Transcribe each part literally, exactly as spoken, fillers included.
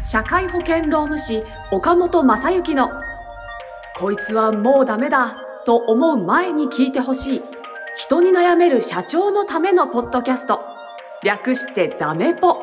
社会保険労務士岡本正幸のこいつはもうダメだと思う前に聞いてほしい人に悩める社長のためのポッドキャスト、略してダメポ。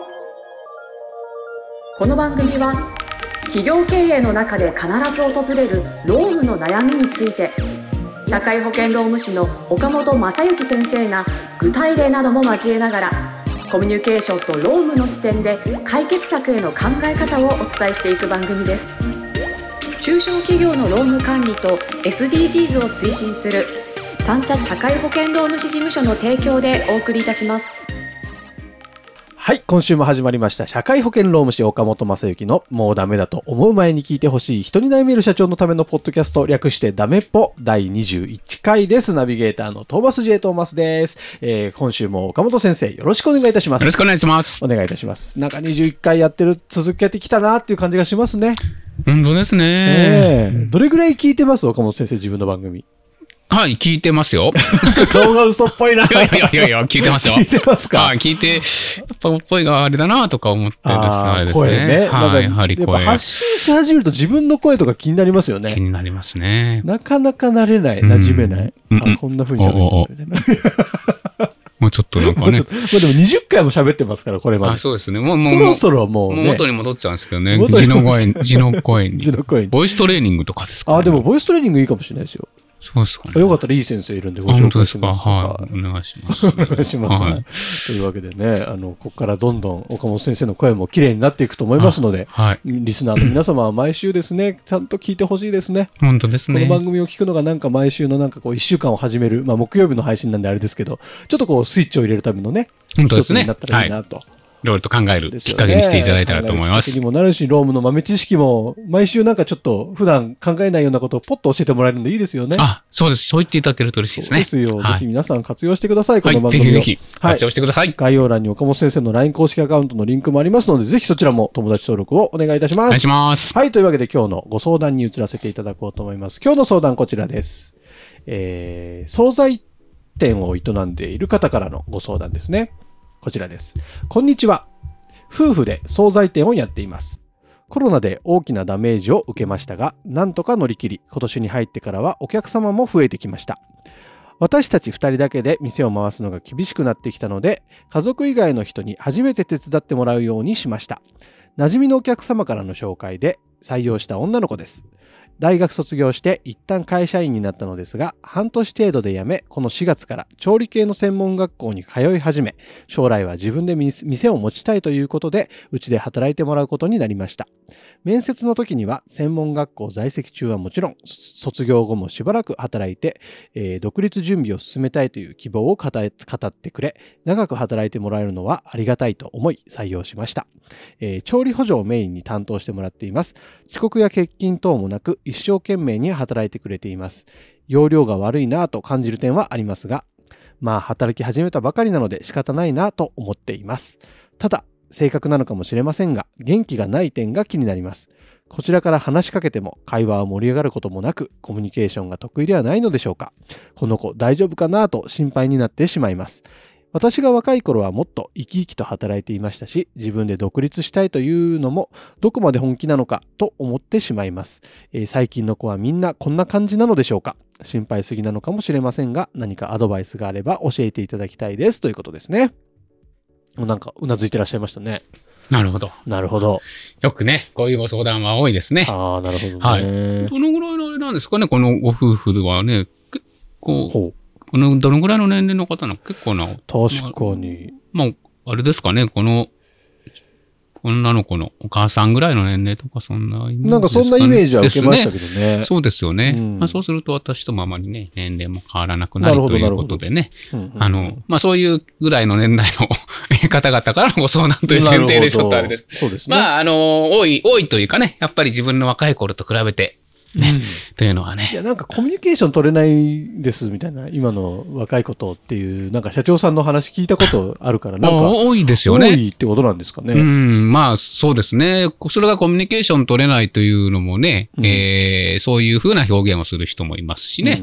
この番組は企業経営の中で必ず訪れる労務の悩みについて、社会保険労務士の岡本正幸先生が具体例なども交えながらコミュニケーションと労務の視点で解決策への考え方をお伝えしていく番組です。中小企業の労務管理と エスディージーズ を推進する三茶社会保険労務士事務所の提供でお送りいたします。 はい、今週も始まりました社会保険労務士岡本正幸のもうダメだと思う前に聞いてほしい人に悩める社長のためのポッドキャスト、略してダメっぽだいにじゅういっかいです。ナビゲーターのトーマス J トーマスです、えー、今週も岡本先生よろしくお願いいたします。 よろしくお願いします。 お願いいたします。なんかにじゅういっかいやってる続けてきたなっていう感じがしますね。 本当ですね、 えー、どれぐらい聞いてます岡本先生、自分の番組。 はい、聞いてますよ。 顔が嘘っぽいな。 いやいやいやいや、聞いてますよ。 聞いてますか。 はい、聞いて、やっぱ声があれだなとか思ってるあれですね。 声ね。 はい、やはり声。 やっぱ発信し始めると自分の声とか気になりますよね。 気になりますね。 なかなか慣れない、馴染めない。うん、あ、こんな風に喋ってるみたいな。 もうちょっとなんかね。もうちょっと、 もうでもにじゅっかいも喋ってますから、これまで。 あ、そうですね。もう、もう、 そろそろもう、ね、 もう元に戻っちゃうんですけどね。字の声に、字の声に。 字の声に。 ボイストレーニングとかですか、ね、 あ、でもボイストレーニングいいかもしれないですよ。 そうですかね。 よかったらいい先生いるんでご紹介します。 はい。お願いします。 お願いします。はい、というわけでね、あの、ここからどんどん岡本先生の声も綺麗になっていくと思いますので、はい、リスナーの皆様は毎週ですね、ちゃんと聞いてほしいですね。 本当ですね。 この番組を聞くのがなんか毎週のなんかこういっしゅうかんを始める、まあ木曜日の配信なんであれですけど、ちょっとこうスイッチを入れるためのね、 本当ですね。 一つになったらいいなと。はい、 いろいろと考えるきっかけにしていただいたらと思います。 きっかけにもなるし、労務の豆知識も、毎週なんかちょっと普段考えないようなことをポッと教えてもらえるのでいいですよね。 あ、そうです。そう言っていただけると嬉しいですね。 そうですよ。 はい、 ぜひ皆さん活用してください、この番組を。 はい、ぜひぜひ活用してください。はい、 概要欄に岡本先生の ライン 公式アカウントのリンクもありますので、ぜひそちらも友達登録をお願いいたします。お願いします。 はい、というわけで今日のご相談に移らせていただこうと思います。今日の相談こちらです。えー、惣菜店を営んでいる方からのご相談ですね。こちらです。こんにちは。夫婦で惣菜店をやっています。コロナで大きなダメージを受けましたが、なんとか乗り切り、今年に入ってからはお客様も増えてきました。私たちふたりだけで店を回すのが厳しくなってきたので、家族以外の人に初めて手伝ってもらうようにしました。馴染みのお客様からの紹介で採用した女の子です。大学卒業して一旦会社員になったのですが、半年程度で辞め、このしがつから調理系の専門学校に通い始め、将来は自分で店を持ちたいということで、うちで働いてもらうことになりました。面接の時には、専門学校在籍中はもちろん、卒業後もしばらく働いて、えー、独立準備を進めたいという希望を語ってくれ、長く働いてもらえるのはありがたいと思い採用しました。えー、調理補助をメインに担当してもらっています。遅刻や欠勤等もなく、一生懸命に働いてくれています。容量が悪いなぁと感じる点はありますが、まあ働き始めたばかりなので仕方ないなと思っています。ただ、性格なのかもしれませんが、元気がない点が気になります。こちらから話しかけても会話は盛り上がることもなく、コミュニケーションが得意ではないのでしょうか。この子大丈夫かなと心配になってしまいます。私が若い頃はもっと生き生きと働いていましたし、自分で独立したいというのもどこまで本気なのかと思ってしまいます。えー、最近の子はみんなこんな感じなのでしょうか。心配すぎなのかもしれませんが、何かアドバイスがあれば教えていただきたいですということですね。なんかうなずいてらっしゃいましたね。 なるほど。なるほど。よくね、こういうご相談は多いですね。 ああ、なるほどね。 はい。どのぐらいのあれなんですかね、このご夫婦ではね、結構。ほう。このどのぐらいの年齢の方なの結構な。 確かに。 まあ、まあ、あれですかね、この、女の子のお母さんぐらいの年齢とかそんなイメージですかね。 なんかそんなイメージは受けましたけどね。 ね、そうですよね。うん、まあ、そうすると私ともあまりね、年齢も変わらなくなるということでね。あの、まあそういうぐらいの年代の方々からのご相談という前提でちょっとあれです。 そうですね。 まああの、多い、多いというかね、やっぱり自分の若い頃と比べて、ね、うん、というのはね。 いや、なんかコミュニケーション取れないですみたいな、今の若いことっていう、なんか社長さんの話聞いたことあるから、なんか。 多いですよね。 多いってことなんですかね。 うん、まあそうですね。それがコミュニケーション取れないというのもね、うん、えー、そういうふうな表現をする人もいますしね。うんうん、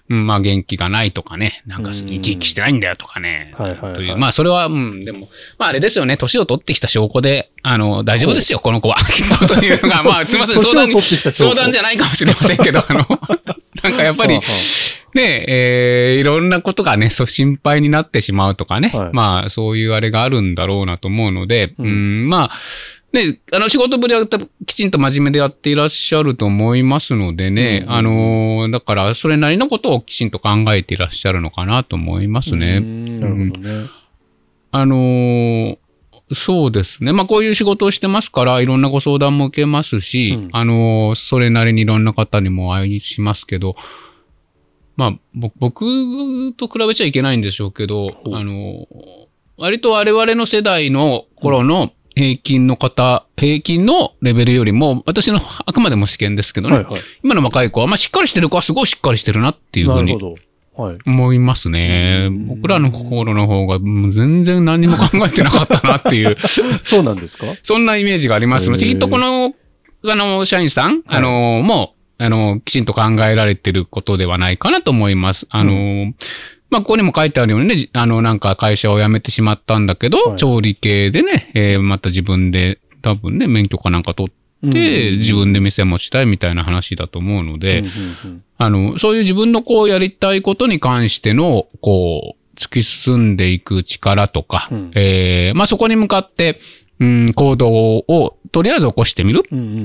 うん、まあ元気がないとかね、なんか生き生きしてないんだよとかね、はいはいはい、という、まあそれは、うん、でも、まああれですよね、年を取ってきた証拠で、あの、大丈夫ですよ、この子は。きっとというのが、まあすいません、相談、相談じゃないかもしれませんけど、あの、なんかやっぱり、ねえ、えー、いろんなことがね、そう心配になってしまうとかね、はい、まあそういうあれがあるんだろうなと思うので、うん、うんまあ、ね、あの仕事ぶりはきちんと真面目でやっていらっしゃると思いますのでね、うんうん、あの、だからそれなりのことをきちんと考えていらっしゃるのかなと思いますね。 なるほどね。うん、 あの、そうですね。まあこういう仕事をしてますから、いろんなご相談も受けますし、うん、あの、それなりにいろんな方にもお会いしますけど、まあ僕と比べちゃいけないんでしょうけど、あの、割と我々の世代の頃の、うん平均の方、平均のレベルよりも、私のあくまでも試験ですけどね、はいはい、今の若い子は、まあしっかりしてる子はすごいしっかりしてるなっていうふうに思いますね。僕らの心の方がもう全然何にも考えてなかったなっていう。 そうなんですか？ そんなイメージがありますので、きっとこの、あの、社員さん、あの、はい、もう、あの、きちんと考えられてることではないかなと思います。あの、うんまあ、ここにも書いてあるようにね、あの、なんか会社を辞めてしまったんだけど、はい、調理系でね、えー、また自分で多分ね、免許かなんか取って、自分で店もしたいみたいな話だと思うので、あの、そういう自分のこうやりたいことに関しての、こう、突き進んでいく力とか、うん、えー、まあ、そこに向かって、うん、行動をとりあえず起こしてみる、うんうんうんうん、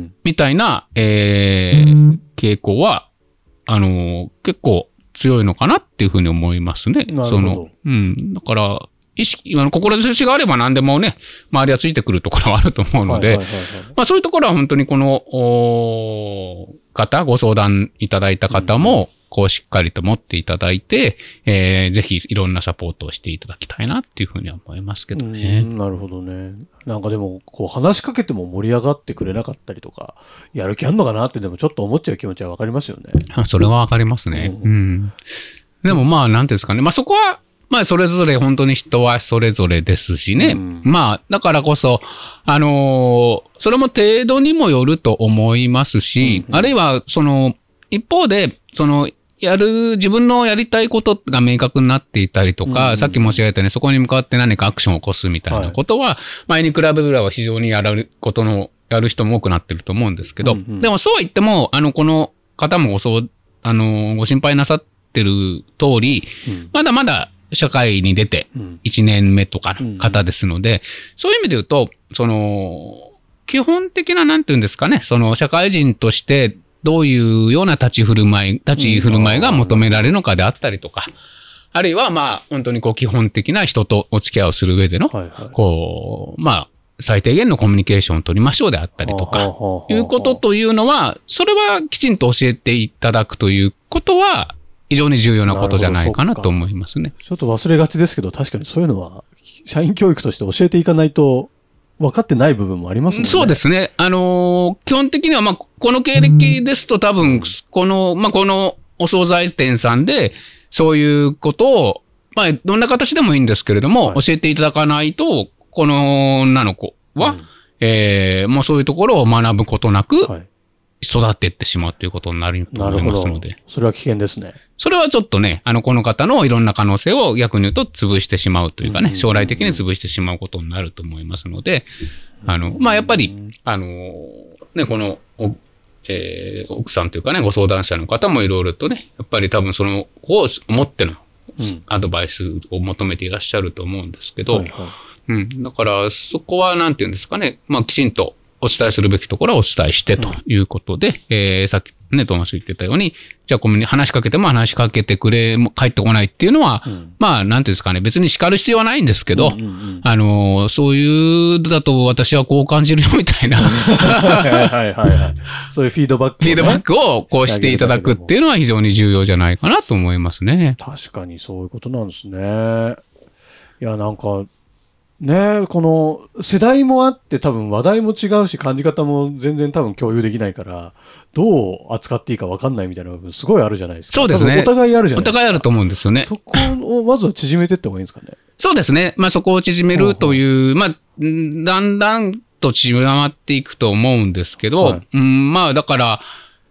みたいな、えー、傾向は、あの、結構、強いのかなっていうふうに思いますね。 なるほど。 その、うん。だから、意識、今の志があれば何でもね、周りはついてくるところはあると思うので、まあそういうところは本当にこの、方、ご相談いただいた方も、こうしっかりと持っていただいて、えー、ぜひいろんなサポートをしていただきたいなっていうふうには思いますけどね。 うんなるほどね。なんかでも、こう話しかけても盛り上がってくれなかったりとか、やる気あんのかなってでもちょっと思っちゃう気持ちはわかりますよね。 それはわかりますね。うん。うん、でもまあ、なんていうんですかね。まあそこは、まあそれぞれ本当に人はそれぞれですしね。うん、まあ、だからこそ、あのー、それも程度にもよると思いますし、うんうん、あるいはその、一方で、その、やる、自分のやりたいことが明確になっていたりとか、うんうん、さっき申し上げたようにそこに向かって何かアクションを起こすみたいなことは、はい、前に比べれば非常にやることの、やる人も多くなってると思うんですけど、うんうん、でもそうは言っても、あの、この方もごそう、あの、ご心配なさってる通り、うん、まだまだ社会に出ていちねんめとかの方ですので、うんうん、そういう意味で言うと、その、基本的な、なんていうんですかね、その、社会人として、どういうような立ち振る舞い、立ち振る舞いが求められるのかであったりとか、あるいはまあ本当にこう基本的な人とお付き合いをする上での、はいはい、こう、まあ最低限のコミュニケーションを取りましょうであったりとか、いうことというのは、それはきちんと教えていただくということは非常に重要なことじゃないかなと思いますね。 ちょっと忘れがちですけど、確かにそういうのは社員教育として教えていかないと、分かってない部分もありますもんね。 そうですね。あのー、基本的には、まあ、この経歴ですと多分、この、まあ、このお惣菜店さんで、そういうことを、まあ、どんな形でもいいんですけれども、はい、教えていただかないと、この女の子は、うん、えー、もうそういうところを学ぶことなく、はい育っていってしまうということになると思いますので。 それは危険ですね。 それはちょっとね、あの、この方のいろんな可能性を逆に言うと潰してしまうというかね、将来的に潰してしまうことになると思いますので、あの、まあ、やっぱり、あの、ね、この、えー、奥さんというかね、ご相談者の方もいろいろとね、やっぱり多分その、を思ってのアドバイスを求めていらっしゃると思うんですけど、はいはい、うん。だから、そこはなんていうんですかね、まあ、きちんと、お伝えするべきところはお伝えしてということで、うん、えー、さっきね、トーマス言ってたように、じゃあコミュニ話しかけても話しかけてくれ、帰ってこないっていうのは、うん、まあ、なんていうんですかね、別に叱る必要はないんですけど、うんうんうん、あのー、そういうだと私はこう感じるよみたいな。 はいはいはいはい。そういうフィードバックを、 ね、フィードバックをこうしていただくっていうのは非常に重要じゃないかなと思いますね。 確かにそういうことなんですね。いや、なんか、ねえ、この世代もあって多分話題も違うし感じ方も全然多分共有できないからどう扱っていいか分かんないみたいな部分すごいあるじゃないですか。 そうですね。 お互いあるじゃないですか。 お互いあると思うんですよね。 そこをまずは縮めていった方がいいんですかね。 そうですね。まあそこを縮めるという、まあだんだんと縮まっていくと思うんですけど、はい、うん、まあだから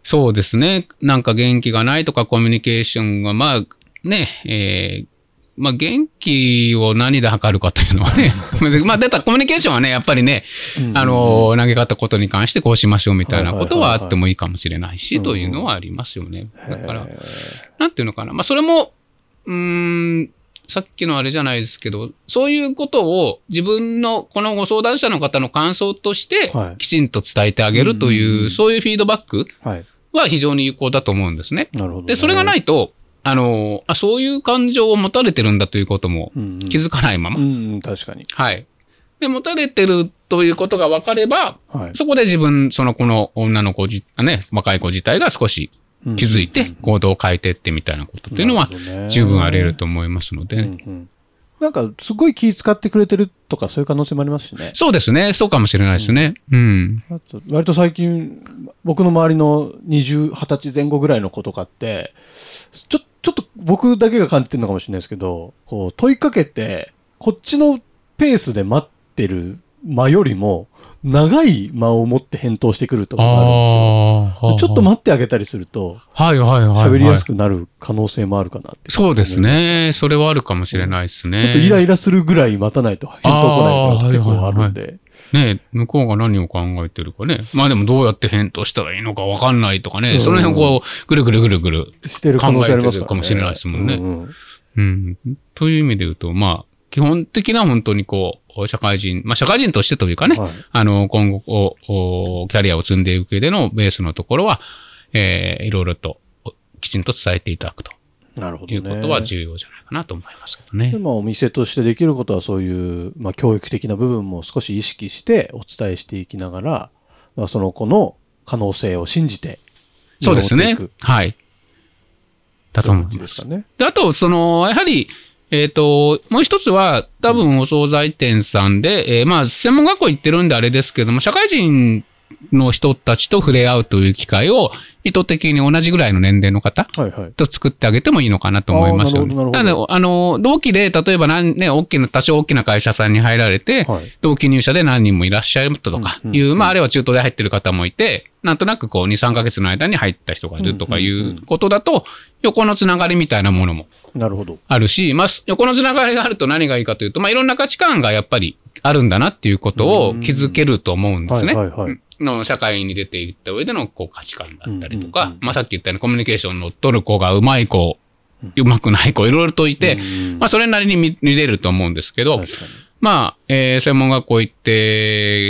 そうですね。なんか元気がないとかコミュニケーションが、まあね、えー、まあ元気を何で測るかというのはね、まあ出たコミュニケーションはね、やっぱりね、あの、投げ方ことに関してこうしましょうみたいなことはあってもいいかもしれないし、というのはありますよね。だから、なんていうのかな。まあそれも、うーん、さっきのあれじゃないですけど、そういうことを自分のこのご相談者の方の感想としてきちんと伝えてあげるという、はい、そういうフィードバックは非常に有効だと思うんですね。なるほどね。で、それがないと、あの、あ、そういう感情を持たれてるんだということも気づかないまま。 うんうん、うん、確かに。 はい。で、持たれてるということが分かれば、はい、そこで自分、その子の女の子じ、ね、若い子自体が少し気づいて行動を変えてってみたいなことっていうのは十分あり得ると思いますので。うんうん、 なんか、すごい気遣ってくれてるとかそういう可能性もありますしね。 そうですね。そうかもしれないですね。うん。うん、 あと割と最近、僕の周りのにじゅう、はたちぜん後ぐらいの子とかって、ちょ、ちょっと僕だけが感じてるのかもしれないですけど、こう問いかけて、こっちのペースで待ってる間よりも、長い間を持って返答してくるとかがあるんですよ。ちょっと待ってあげたりすると、 はいはいはい、はい。 喋りやすくなる可能性もあるかなって。 そうですね。それはあるかもしれないですね。 ちょっとイライラするぐらい待たないと返答来ないこと結構あるんで。はいはいはいねえ、向こうが何を考えてるかね。まあでもどうやって返答したらいいのか分かんないとかね。うん、その辺をこう、ぐるぐるぐるぐるしてる可能性ありますからね。 考えてるかもしれないですもんね。うんうん、という意味で言うと、まあ、基本的な本当にこう、社会人、まあ社会人としてというかね、はい、あの、今後お、キャリアを積んでいく上でのベースのところは、えー、いろいろときちんと伝えていただくと。なるほどね。いうことは重要じゃないかなと思いますけどね。 でまあ、お店としてできることはそういう、まあ、教育的な部分も少し意識してお伝えしていきながら、まあ、その子の可能性を信じてそうですね。はい。だと思います。ね、であと、その、やはり、えっと、もう一つは、多分お惣菜店さんで、うん、えー、まあ、専門学校行ってるんであれですけども、社会人の人たちと触れ合うという機会を意図的に同じぐらいの年齢の方と作ってあげてもいいのかなと思いますよね。なので、あの、同期で、例えば何、ね、大きな、多少大きな会社さんに入られて、はい、同期入社で何人もいらっしゃるとかいう、うんうんうん、まあ、あるいは中途で入ってる方もいて、なんとなくこう、に、さんかげつの間に入った人がいるとかいうことだと、横のつながりみたいなものもあるし、まあ、横のつながりがあると何がいいかというと、まあ、いろんな価値観がやっぱりあるんだなっていうことを気づけると思うんですね。はいはいはい、の社会に出ていった上でのこう価値観だったりとか、うんうんうん、まあさっき言ったようにコミュニケーションの取る子がうまい子、うまくない子、いろいろといて、うんうん、まあそれなりに 見, 見れると思うんですけど、まあ、えー、専門学校行って、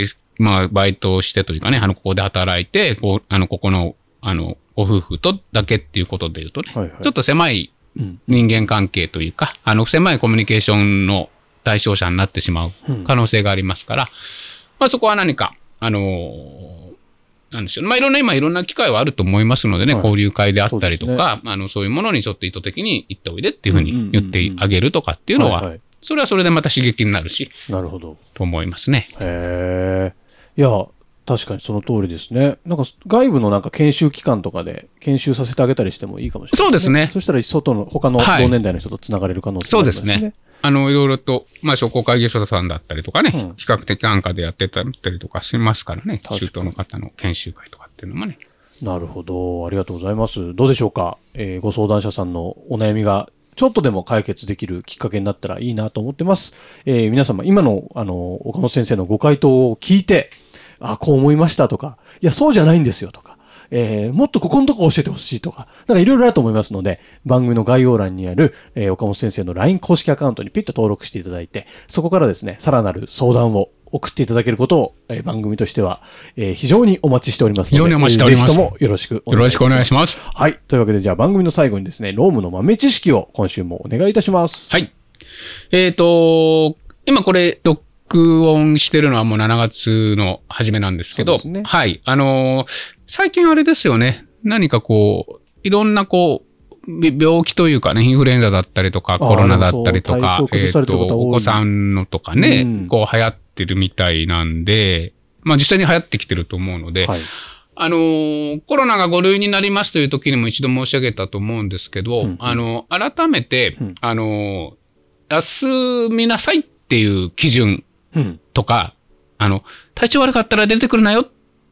まあバイトをしてというかね、あの、ここで働いて、こう、あの、ここの、あの、ご夫婦とだけっていうことで言うとね、はいはい、ちょっと狭い人間関係というか、あの、狭いコミュニケーションの対象者になってしまう可能性がありますから、うん、まあそこは何か、あのー、なんでしょう。まあ、いろんな、今いろんな機会はあると思いますのでね、はい、交流会であったりとか、そう、ね、あの、そういうものにちょっと意図的に行っておいでっていうふうに言ってあげるとかっていうのは、それはそれでまた刺激になるし、 なるほど。 と思いますね。 へー。いや、確かにその通りですね。なんか外部のなんか研修機関とかで研修させてあげたりしてもいいかもしれない、ね。 そうですね。 そしたら外の他の同年代の人とつながれる可能性がありますね。そうですね。 あの、いろいろと、まあ、商工会議所さんだったりとかね、うん、比較的安価でやってたりとかしますからね、中東の方の研修会とかっていうのもね。 なるほど。ありがとうございます。どうでしょうか、えー、ご相談者さんのお悩みがちょっとでも解決できるきっかけになったらいいなと思ってます。えー、皆様、今の、あの、岡本先生のご回答を聞いて、あ、こう思いましたとか、いや、そうじゃないんですよとか、えー、もっとここのとこ教えてほしいとか、なんかいろいろあると思いますので、番組の概要欄にある、えー、岡本先生の ライン 公式アカウントにピッと登録していただいて、そこからですね、さらなる相談を送っていただけることを、えー、番組としては、えー、非常にお待ちしておりますので、 非常にお待ちしております。 ぜひともよろしくお願いします。 よろしくお願いします。 はい。というわけで、じゃあ番組の最後にですね、ロームの豆知識を今週もお願いいたします。 はい。えっと、今これ、録音してるのはもうしちがつの初めなんですけど、ね、はい。あのー、最近あれですよね。何かこう、いろんなこう、病気というかね、インフルエンザだったりとか、コロナだったりとか、えっと、お子さんのとかね、うん、こう流行ってるみたいなんで、まあ実際に流行ってきてると思うので、はい、あのー、コロナがご類になりますという時にも一度申し上げたと思うんですけど、うんうん、あの、改めて、うん、あのー、休みなさいっていう基準とか、うん、あの、体調悪かったら出てくるなよっ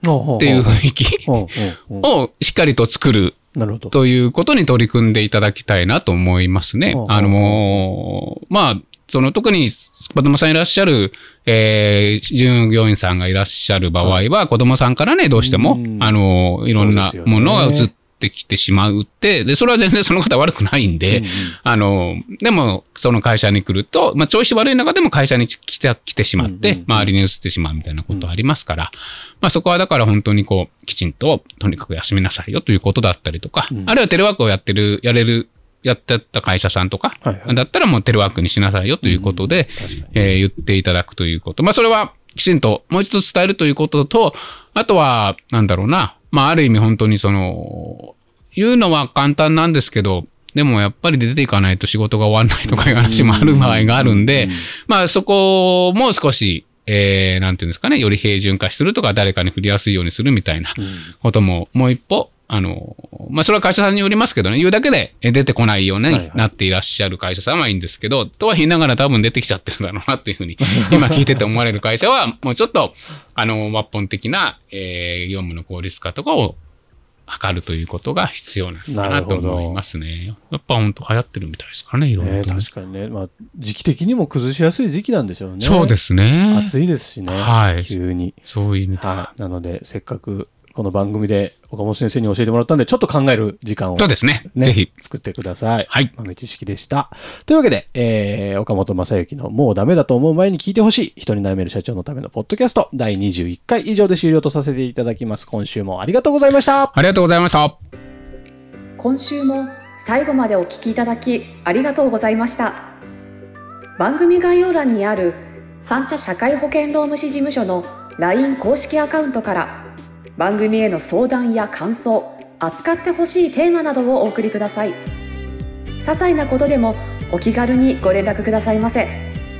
っていう雰囲気をしっかりと作るということに取り組んでいただきたいなと思いますね。あのもう、まあ、その特に子供さんいらっしゃる、えー、従業員さんがいらっしゃる場合は、はい、子供さんからね、どうしても、あの、いろんなものが移ってきてしまうって、で、それは全然その方悪くないんで、うんうん、あの、でも、その会社に来ると、まあ、調子悪い中でも会社に来て、来てしまって、うんうんうん、周りに移ってしまうみたいなことありますから、うん、まあ、そこはだから本当にこう、きちんと、とにかく休みなさいよということだったりとか、うん、あるいはテレワークをやってる、やれる、やってた会社さんとか、はいはい、だったらもうテレワークにしなさいよということで、うんえー、言っていただくということ。まあそれはきちんともう一度伝えるということと、あとは、なんだろうな、まあある意味本当にその、言うのは簡単なんですけど、でもやっぱり出ていかないと仕事が終わらないとかいう話もある場合があるんで、まあそこも少し、えー、なんていうんですかね、より平準化するとか誰かに振りやすいようにするみたいなことももう一歩、あの、まあ、それは会社さんによりますけどね、言うだけで出てこないようになっていらっしゃる会社さんはいいんですけど、はいはい、とは言いながら多分出てきちゃってるんだろうなっていうふうに、今聞いてて思われる会社は、もうちょっと、あの、抜本的な、えー、業務の効率化とかを図るということが必要なのかなと思いますね。やっぱ本当流行ってるみたいですからね、いろいろ、ね。 確かにね。まあ、時期的にも崩しやすい時期なんでしょうね。 そうですね。 暑いですしね。 はい。 急に。 そういう意味で。 はい。なので、せっかく、この番組で岡本先生に教えてもらったんで、ちょっと考える時間を、ね、 そうですね。ぜひ。 作ってください。 はい。 豆知識でした。というわけで、えー、岡本正幸のもうダメだと思う前に聞いてほしい、人に悩める社長のためのポッドキャスト、だいにじゅういっかい以上で終了とさせていただきます。今週もありがとうございました。 ありがとうございました。 今週も最後までお聞きいただき、ありがとうございました。番組概要欄にある、三茶社会保険労務士事務所の ライン 公式アカウントから、番組への相談や感想、扱ってほしいテーマなどをお送りください。些細なことでもお気軽にご連絡くださいませ。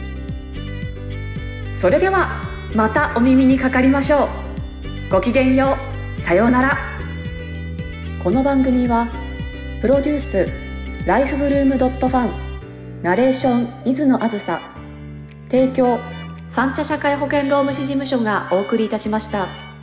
それではまたお耳にかかりましょう。ごきげんよう。さようなら。この番組はプロデュースライフブルームドットファン、ナレーション水野あずさ、提供三茶社会保険労務士事務所がお送りいたしました。